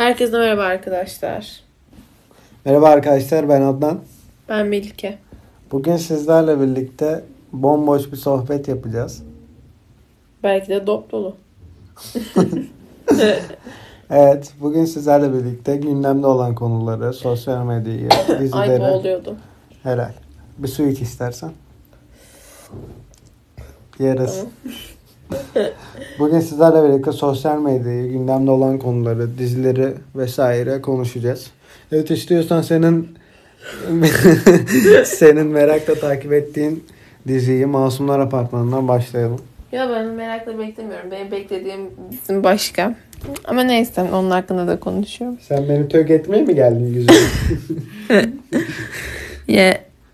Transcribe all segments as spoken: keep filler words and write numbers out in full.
Herkese merhaba arkadaşlar. Merhaba arkadaşlar, ben Adnan. Ben Melike. Bugün sizlerle birlikte bomboş bir sohbet yapacağız. Belki de dop dolu. Evet, bugün sizlerle birlikte gündemde olan konuları, sosyal medyayı, dizileri... Ay boğuluyordum. Helal. Bir su iç istersen. Yeriz. Bugün sizlerle birlikte sosyal medyayı, gündemde olan konuları, dizileri vesaire konuşacağız. Evet, istiyorsan senin senin merakla takip ettiğin diziyi Masumlar Apartmanı'ndan başlayalım. Ya ben merakla beklemiyorum. Benim beklediğim dizim başka. Ama neyse, onun hakkında da konuşuyorum. Sen beni tök etmeye mi geldin güzel? Ya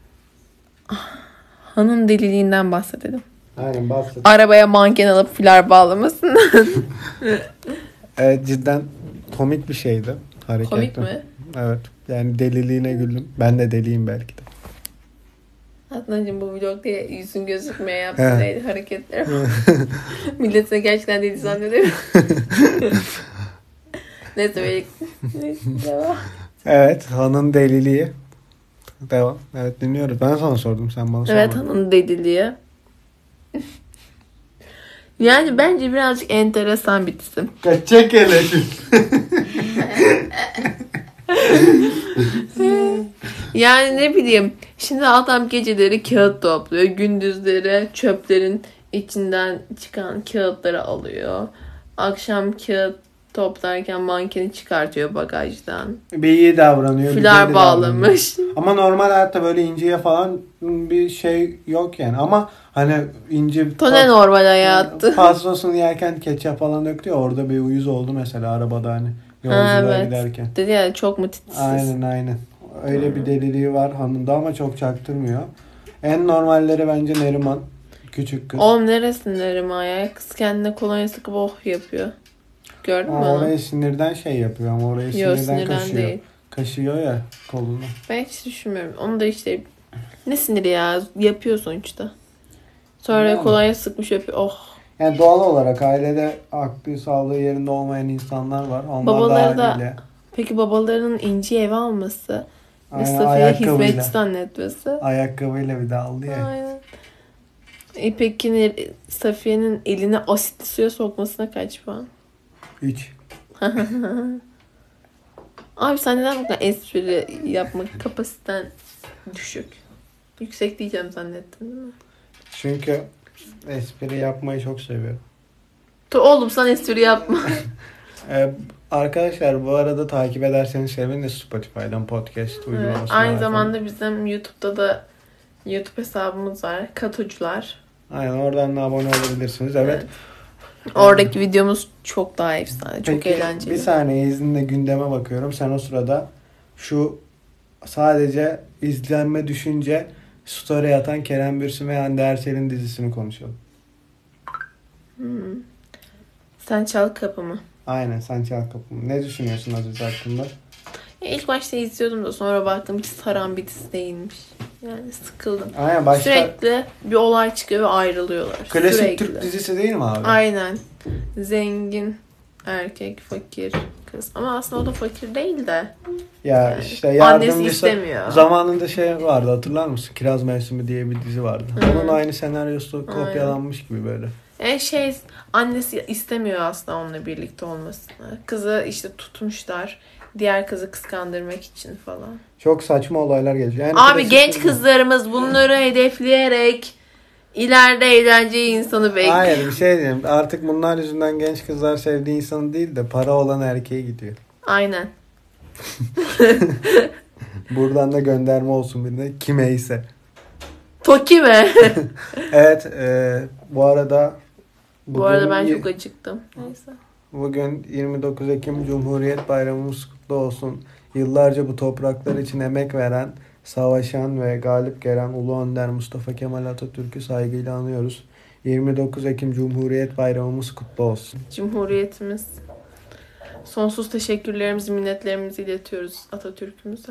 hanım deliliğinden bahsedelim. Aynen, bahset. Arabaya manken alıp filar bağlamasından. Evet, cidden komik bir şeydi. Hareket. Komik mi? Evet. Yani deliliğine güldüm. Ben de deliyim belki de. Adnan'cığım, bu vlog diye yüzün gözükmeye yaptığın neydi hareketler. Millet seni gerçekten deli zannediyor. Neyse böyle. Devam. Evet, hanın deliliği. Devam. Evet, dinliyoruz. Ben sana sordum, sen bana sormadın. Evet, hanın deliliği. Yani bence birazcık enteresan bir dizi. Kaçacak hele. Yani ne bileyim. Şimdi adam geceleri kağıt topluyor. Gündüzleri çöplerin içinden çıkan kağıtları alıyor. Akşam kağıt toplarken mankeni çıkartıyor bagajdan. Bir iyi davranıyor. Filar bağlamış. Davranıyor. Ama normal hayatta böyle inciye falan bir şey yok yani. Ama hani inci... To ne normal hayatı. Pastasını yerken ketçap falan döktü ya, orada bir uyuz oldu mesela arabada hani. Yolculuğa evet. giderken. Dedi ya, çok mu titiz? Aynen aynen. Öyle hmm. bir deliliği var hanımda ama çok çaktırmıyor. En normalleri bence Neriman. Küçük kız. Oğlum neresi Neriman ya? Kız kendine kolonya sıkıp oh yapıyor. Gördün mü onu? Orayı sinirden şey yapıyor ama orayı sinirden, sinirden kaşıyor. Değil. Kaşıyor ya kolunu. Ben hiç düşünmüyorum. Onu da işte ne siniri ya? Yapıyor sonuçta. Sonra yani. Kolonya sıkmış yapıyor. Oh. Yani doğal olarak ailede aklı sağlığı yerinde olmayan insanlar var. Onlar babaları da haliyle... Peki babalarının inci eve alması ve Safiye hizmetçi zannetmesi. Ayakkabıyla bir de aldı ya. Aynen. E peki Safiye'nin eline asitli suya sokmasına kaç puan? üç. Abi sen neden bu kadar espri yapma kapasiten düşük? Yüksek diyeceğim zannettin değil mi? Çünkü espri yapmayı çok seviyorum. Oğlum sen espri yapma. ee, arkadaşlar bu arada takip ederseniz seviniriz Spotify'dan podcast uygulamasını. Evet, aynı zamanda bizim YouTube'da da YouTube hesabımız var. Katocular. Aynen, oradan da abone olabilirsiniz. Evet. evet. Oradaki videomuz çok daha efsane. Çok Peki, eğlenceli. Bir saniye izninle gündeme bakıyorum. Sen o sırada şu sadece izlenme düşünce story atan Kerem Bürsin ve Hande Erçel'in dizisini konuşalım. Hmm. Sen Çal Kapımı. Aynen, Sen Çal Kapımı. Ne düşünüyorsun Aziz hakkında? Ya ilk başta izliyordum da sonra baktım hiç saran bir dizi değilmiş. Yani sıkıldım. Aynen, başta... Sürekli bir olay çıkıyor ve ayrılıyorlar. Klasik Sürekli. Türk dizisi değil mi abi? Aynen. Zengin erkek, fakir kız. Ama aslında o da fakir değil de. Ya yani işte yardımcısı. Annesi istemiyor. Zamanında şey vardı, hatırlar mısın? Kiraz Mevsimi diye bir dizi vardı. Hı. Onun aynı senaryosu kopyalanmış Aynen. gibi böyle. E şey, annesi istemiyor aslında onunla birlikte olmasını. Kızı işte tutmuşlar. Diğer kızı kıskandırmak için falan. Çok saçma olaylar geçiyor. Yani abi genç kızlarımız bunları hedefleyerek ileride eğlenceyi insanı bekliyor. Hayır, bir şey diyeyim. Artık bunlar yüzünden genç kızlar sevdiği insanı değil de para olan erkeğe gidiyor. Aynen. Buradan da gönderme olsun birine. Kimeyse. Toki mi? Evet. E, bu arada bu arada ben çok acıktım. Neyse. Bugün yirmi dokuz Ekim Cumhuriyet Bayramımız kutlu olsun. Yıllarca bu topraklar için emek veren, savaşan ve galip gelen Ulu Önder Mustafa Kemal Atatürk'ü saygıyla anıyoruz. yirmi dokuz Ekim Cumhuriyet Bayramımız kutlu olsun. Cumhuriyetimiz. Sonsuz teşekkürlerimizi, minnetlerimizi iletiyoruz Atatürk'ümüze.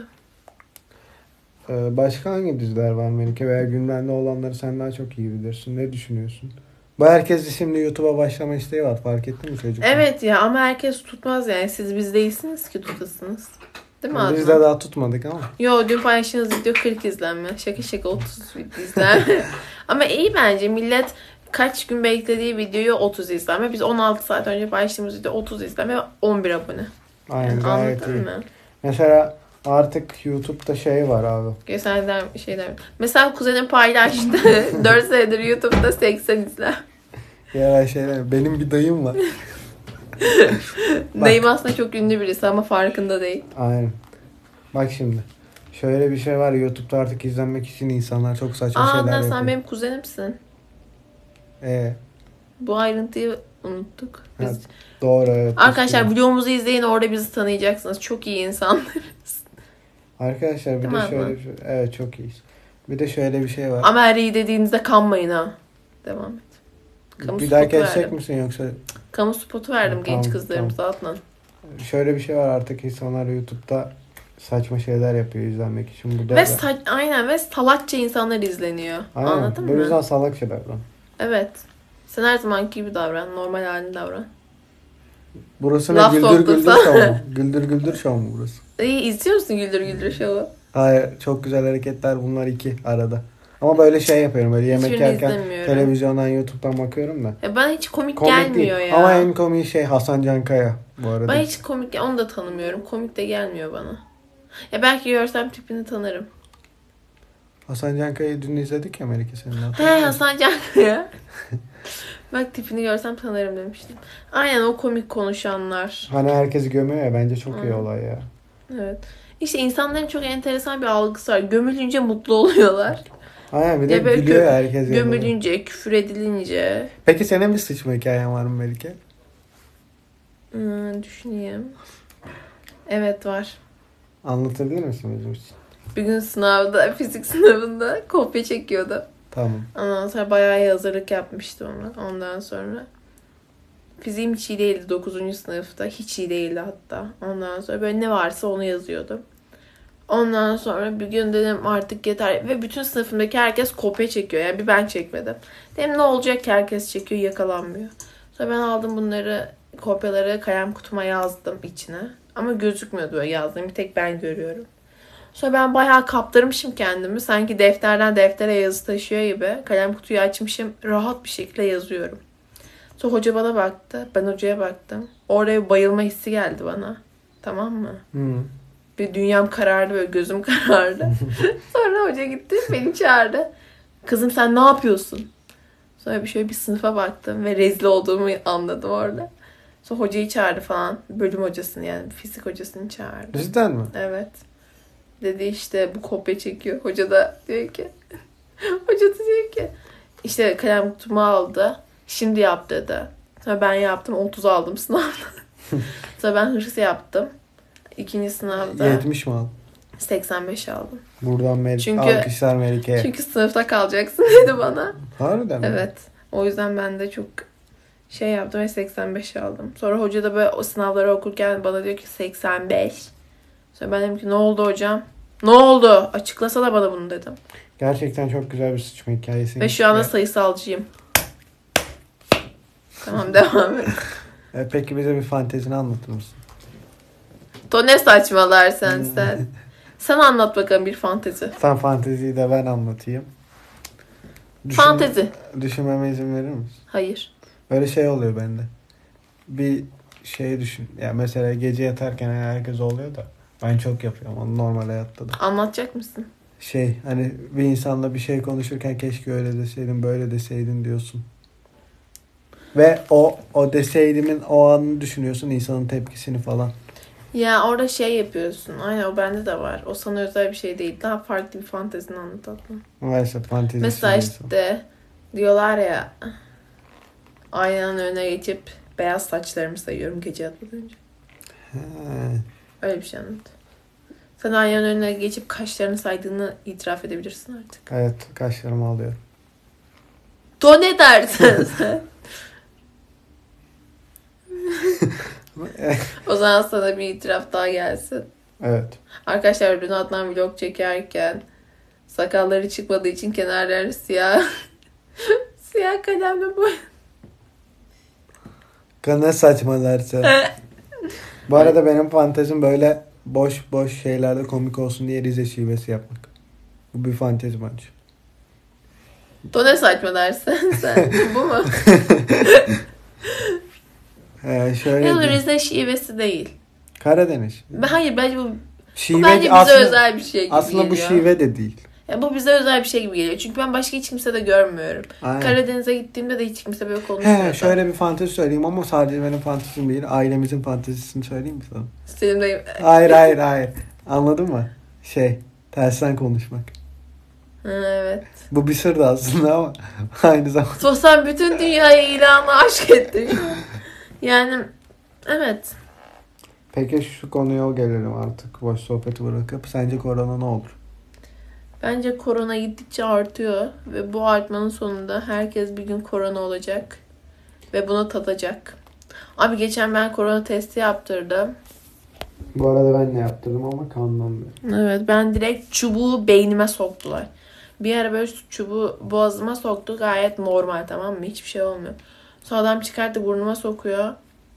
Ee, başka hangi diziler var Melike, veya gündemde olanları sen daha çok iyi bilirsin. Ne düşünüyorsun? Bu herkes de şimdi YouTube'a başlama isteği var. Fark ettin mi çocuk? Evet ya ama herkes tutmaz yani. Siz biz değilsiniz ki tutasınız. Değil mi Adnan? Biz de daha tutmadık ama. Yo dün paylaştığınız video kırk izlenme. Şaka şaka otuz izlenme. Ama iyi bence. Millet kaç gün beklediği videoyu otuz izlenme. Biz on altı saat önce paylaştığımız video otuz izlenme ve on bir abone. Aynen Yani gayet anladın iyi. mı? Mesela artık YouTube'da şey var abi. Gösterden şeyler. Mesela kuzenim paylaştı. dört senedir YouTube'da seksen izlen. Ya şeyler. Benim bir dayım var. Dayım aslında çok ünlü birisi ama farkında değil. Aynen. Bak şimdi. Şöyle bir şey var. YouTube'da artık izlenmek için insanlar çok saçma Aa şeyler Adnan yapıyor. sen benim kuzenimsin. Ee, Bu ayrıntıyı unuttuk. Biz... Evet, doğru evet. Arkadaşlar Biz- videomuzu izleyin orada bizi tanıyacaksınız. Çok iyi insanlarız. Arkadaşlar bir Değil de mi şöyle Adnan? bir şey. Evet çok iyiyiz. Bir de şöyle bir şey var. Ama her iyi dediğinizde kanmayın ha. Devam et. Kamu bir daha spotu kesecek verdim. misin yoksa Kamu spotu verdim Ha, genç tamam, kızlarımıza Adnan. şöyle bir şey var artık insanlar YouTube'da saçma şeyler yapıyor izlenmek için. Bu da Ve da- sa- aynen ve salakça insanlar izleniyor. Aynen. Anladın Bu mı? yüzden salak şeyler lan. Evet. Sen her zamanki gibi davran. Normal halinde davran. Burası Laf ne? Güldür soktum Güldür sana. Show mu? Güldür Güldür Show mu burası? İyi izliyor musun Güldür Güldür Show'u? Hayır. Çok güzel hareketler bunlar iki arada. Ama böyle şey yapıyorum. Böyle yemek Hiçbirini yerken izlemiyorum. televizyondan YouTube'dan bakıyorum da. Ya ben hiç komik, Komik gelmiyor değil. ya. Ama en komik şey Hasan Cankaya bu arada. Ben hiç komik, onu da tanımıyorum. Komik de gelmiyor bana. Ya belki görsem tipini tanırım. Hasan Cankaya'yı dün izledik ya Melike seninle. He hatırlıyor musun? Hasan Cankaya. Bak tipini görsem tanırım demiştim. Aynen o komik konuşanlar. Hani herkesi gömüyor ya bence çok iyi Hı. olay ya. Evet. İşte insanların çok enteresan bir algısı var. Gömülünce mutlu oluyorlar. Aynen bir de Ya böyle gülüyor gö- herkes. yanında. Gömülünce, küfür edilince. Peki senin bir sıçma hikayen var mı Melike? Hmm, düşüneyim. Evet var. Anlatabilir misin bizim için? Bir gün sınavda, fizik sınavında kopya çekiyordum. Tamam. Ondan sonra bayağı iyi hazırlık yapmıştım ona. Ondan sonra fiziğim hiç iyi değildi dokuzuncu sınıfta. Hiç iyi değildi hatta. Ondan sonra böyle ne varsa onu yazıyordum. Ondan sonra bir gün dedim artık yeter. Ve bütün sınıfımdaki herkes kopya çekiyor. Yani bir ben çekmedim. Dedim ne olacak ki herkes çekiyor yakalanmıyor. Sonra ben aldım bunları kopyaları kalem kutuma yazdım içine. Ama gözükmüyordu böyle yazdığım. Bir tek ben görüyorum. Sonra ben bayağı kaptırmışım kendimi. Sanki defterden deftere yazı taşıyor gibi. Kalem kutuyu açmışım. Rahat bir şekilde yazıyorum. Sonra hoca bana baktı. Ben hocaya baktım. Oraya bayılma hissi geldi bana. Tamam mı? Hı. Bir dünyam karardı böyle gözüm karardı. Sonra hoca gitti beni çağırdı. Kızım sen ne yapıyorsun? Sonra bir şöyle bir sınıfa baktım ve rezil olduğumu anladım orada. Sonra hocayı çağırdı falan. Bölüm hocasını yani fizik hocasını çağırdı. Cidden mi? Evet. Dedi işte bu kopya çekiyor. Hoca da diyor ki hoca da diyor ki işte kalem kutumu aldı. Şimdi yap dedi. Sonra ben yaptım. otuz aldım sınavda. Sonra ben hırs yaptım. İkinci sınavda yetmiş mi al? seksen beş aldım. Buradan Melike. Çünkü- Alkışlar Melike'ye. Çünkü sınıfta kalacaksın dedi bana. Harbiden mi? Evet. O yüzden ben de çok şey yaptım ve seksen beş aldım. Sonra hoca da böyle o sınavları okurken bana diyor ki seksen beş. Sonra ben dedim ki ne oldu hocam? Ne oldu? Açıklasana bana bunu dedim. Gerçekten çok güzel bir sıçma hikayesi. Ve şu anda sayısalcıyım. Tamam devam et. E, peki bize bir fantezini anlatır mısın? To ne saçmalarsın sen. Sen anlat bakalım bir fantezi. Sen fanteziyi de ben anlatayım. Düşün- Fantezi. Düşünmeme izin verir misin? Hayır. Böyle şey oluyor bende. Bir şey düşün. Ya mesela gece yatarken herkes oluyor da ben çok yapıyorum onu normal hayatta da. Anlatacak mısın? Şey hani bir insanla bir şey konuşurken keşke öyle deseydin böyle deseydin diyorsun. Ve o o deseydimin o anını düşünüyorsun insanın tepkisini falan. Ya orada şey yapıyorsun. Aynen o bende de var. O sana özel bir şey değil. Daha farklı bir fantezini anlatalım. Maalesef fantezi. Mesela insan. işte diyorlar ya aynanın önüne geçip beyaz saçlarımı sayıyorum gece yatmadan önce. He. Öyle bir şey anlat. Sen aynanın önüne geçip kaşlarını saydığını itiraf edebilirsin artık. Evet kaşlarımı alıyorum. To ne dersin sen? O zaman sana bir itiraf daha gelsin. Evet. Arkadaşlar dün Adnan vlog çekerken sakalları çıkmadığı için kenarları siyah siyah kalemle boy. Ne saçmalarsın. Bu arada benim fantezim böyle boş boş şeylerde komik olsun diye Rize şivesi yapmak. Bu bir fantezi bence. O ne saçmalarsın sen? Bu mu? Ee, şöyle Ya diyeyim. Rize şivesi değil. Karadeniz. Ben, hayır bence bu, Şive bu bence bize aslında, özel bir şey gibi aslında geliyor. bu şive de değil. Ya bu bize özel bir şey gibi geliyor. Çünkü ben başka hiç kimse de görmüyorum. Aynen. Karadeniz'e gittiğimde de hiç kimse böyle konuşmuyor. He, şöyle bir fantezi söyleyeyim ama sadece benim fantezim değil. Ailemizin fantezisini söyleyeyim mi sana? Senin de... Hayır hayır hayır. Anladın mı? Şey, tersten konuşmak. Ha, evet. Bu bir sırdı aslında ama aynı zamanda. Sosyal bütün dünyaya ilanla aşk ettin. Yani evet. Peki şu konuya gelelim artık. Boş sohbeti bırakıp. Sence korona ne olur? Bence korona gittikçe artıyor. Ve bu artmanın sonunda herkes bir gün korona olacak. Ve bunu tadacak. Abi geçen ben korona testi yaptırdım. Bu arada ben ne yaptırdım ama kandan beri. Evet, ben direkt çubuğu beynime soktular. Bir ara böyle çubuğu boğazıma soktu, gayet normal, tamam mı? Hiçbir şey olmuyor. Sonra adam çıkarttı, burnuma sokuyor.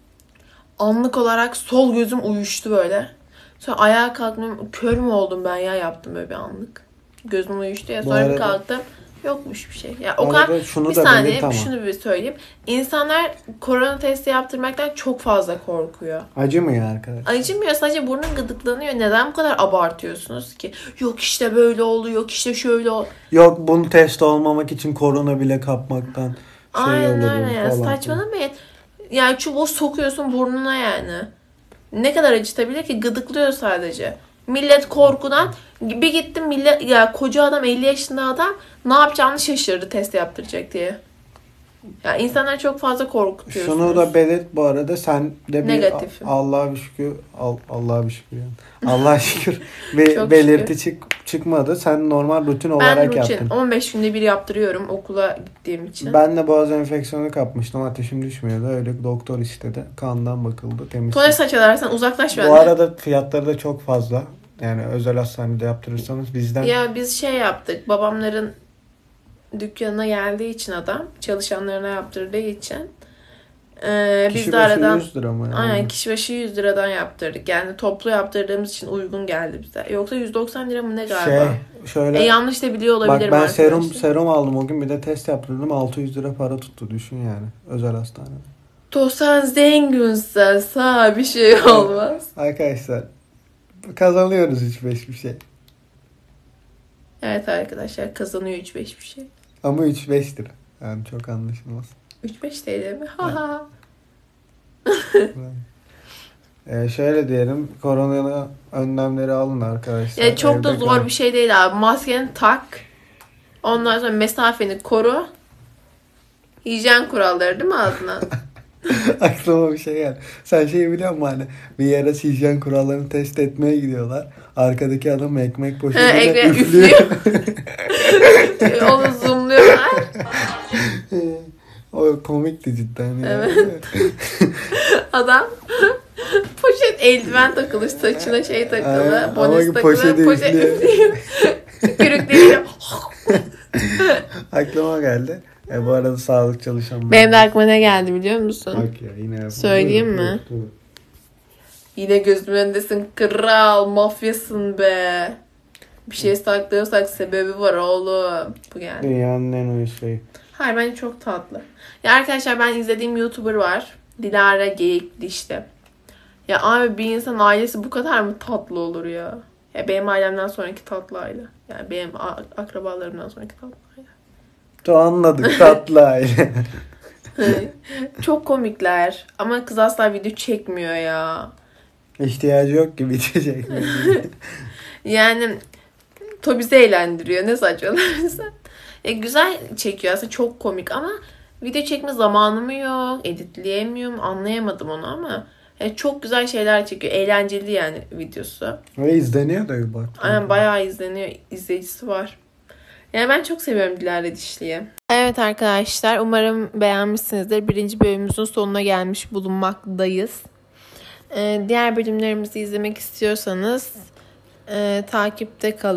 Anlık olarak sol gözüm uyuştu böyle. Sonra ayağa kalktım, kör mü oldum ben ya, yaptım böyle bir anlık. Gözüm uyuştu ya, Bu sonra bir arada- kalktım. Yokmuş bir şey. Ya Bu o kadar arada şunu bir da saniye belirt ama. şunu bir söyleyeyim. İnsanlar korona testi yaptırmaktan çok fazla korkuyor. Acımıyor arkadaş. Acımıyor, sadece burnun gıdıklanıyor. Neden bu kadar abartıyorsunuz ki? Yok işte böyle oldu, yok işte şöyle oldu. Yok bunu test olmamak için korona bile kapmaktan şey Aynen olurum öyle ya. falan. Saçmalamayın. Yani çubuğu sokuyorsun burnuna yani. Ne kadar acıtabilir ki? Gıdıklıyor sadece. Millet korkudan bir gittim, millet ya koca adam, elli yaşında adam ne yapacağını şaşırdı test yaptıracak diye. Ya insanlar çok fazla korkutuyorsunuz. Şunu da belirt bu arada, sen de bir Negatif. Allah'a bir şükür Al- Allah'a bir şükür yani. Allah'a şükür bir Çok belirti çık çıkmadı. Sen normal rutin Ben olarak rutin yaptın. on beş günde bir yaptırıyorum okula gittiğim için. Ben de boğaz enfeksiyonu kapmıştım. Ateşim düşmüyordu. Öyle doktor istedi. Kandan bakıldı. Temiz. Tuvalet saç alarsan uzaklaş benden. Bu arada fiyatları da çok fazla. Yani özel hastanede yaptırırsanız bizden. Ya biz şey yaptık. Babamların dükkanına geldiği için adam, çalışanlarına yaptırdığı için e, Kişi biz de başı aradan yüz lira mı yani? aynen kişi başı yüz liradan yaptırdık. Yani toplu yaptırdığımız için uygun geldi bize. Yoksa yüz doksan lira mı ne galiba? Şey şöyle. E, yanlış da biliyor Bak olabilirim ben arkadaşlar. serum serum aldım o gün, bir de test yaptırdım, altı yüz lira para tuttu, düşün yani, özel hastanede. Tosan zenginsen sağ bir şey olmaz. Arkadaşlar kazanıyoruz üç beş bir şey. Evet arkadaşlar, kazanıyor üç beş bir şey. Ama üç beş lira. Yani çok anlaşılmaz. üç beş T L mi? Ha ha. ee, şöyle diyelim, korona önlemleri alın arkadaşlar. Ya çok da Evde zor kalın. bir şey değil abi. Maskeni tak. Ondan sonra mesafeni koru. Hijyen kuralları değil mi ağzına? Aklıma bir şey geldi. Sen şeyi biliyor musun, hani bir yere hijyen kurallarını test etmeye gidiyorlar. Arkadaki adam ekmek Ha, poşetiyle ekmek üflüyor. Onu zoomluyorlar. O komikti cidden. Yani. Evet. Adam poşet, eldiven takılı, saçına şey takılı, Aynen, bonesi ama takılı, poşeti poşet üflüyor. üflüyor. Kürükleriyle. Aklıma geldi. E, bu arada sağlık çalışanları. Benim de aklıma ne geldi biliyor musun? Bak ya, yine yapalım. Söyleyeyim Buyurun, mi? buyurun, buyurun. Yine gözümün önündesin kral, mafyasın be. Bir şey saklıyorsak sebebi var oğlum. Bu geldi. Dünyanın en uyuz şeyi. Hayır, bence çok tatlı. Ya arkadaşlar, ben izlediğim YouTuber var. Dilara Geyikli işte. Ya abi, bir insan ailesi bu kadar mı tatlı olur ya? Ya benim ailemden sonraki tatlı aile. Yani benim a- akrabalarımdan sonraki tatlı aile. To anladık, tatlı aile. Çok komikler. Ama kız asla video çekmiyor ya. İhtiyacı yok gibi içecek. Yani to bizi eğlendiriyor. Ne saçmalarsa. E, güzel çekiyor aslında, çok komik ama video çekme zamanı mı yok? Editleyemiyorum. Anlayamadım onu ama e, çok güzel şeyler çekiyor. Eğlenceli yani videosu. Ve izleniyor da bir bak. Aynen, bayağı izleniyor. İzleyicisi var. Yani ben çok seviyorum Dilara Dişli'yi. Evet arkadaşlar, umarım beğenmişsinizdir. Birinci bölümümüzün sonuna gelmiş bulunmaktayız. Ee, diğer bölümlerimizi izlemek istiyorsanız e, takipte kalın.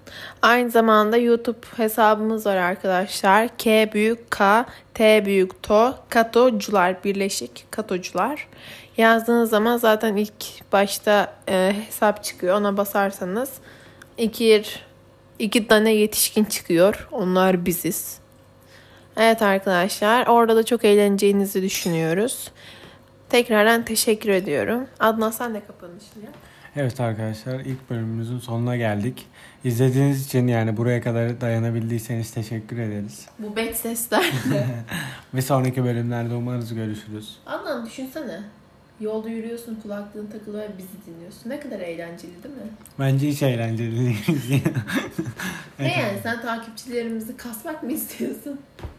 Aynı zamanda YouTube hesabımız var arkadaşlar. K büyük K, T büyük To, Katocular birleşik Katocular. Yazdığınız zaman zaten ilk başta e, hesap çıkıyor. Ona basarsanız iki, iki tane yetişkin çıkıyor. Onlar biziz. Evet arkadaşlar, orada da çok eğleneceğinizi düşünüyoruz. Tekrardan teşekkür ediyorum. Adnan, sen de kapanışını yap. Evet arkadaşlar, ilk bölümümüzün sonuna geldik. İzlediğiniz için, yani buraya kadar dayanabildiyseniz teşekkür ederiz. Bu bet sesler. Ve sonraki bölümlerde umarız görüşürüz. Adnan, düşünsene. Yolda yürüyorsun, kulaklığın takılı ve bizi dinliyorsun. Ne kadar eğlenceli değil mi? Bence hiç eğlenceli değil. Ne yani, sen takipçilerimizi kasmak mı istiyorsun?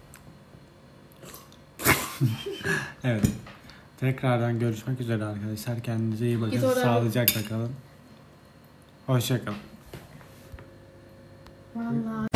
Evet. Tekrardan görüşmek üzere arkadaşlar. Kendinize iyi bakın. Git oradan. Sağlıcakla kalın. Hoşça kalın. Vallahi.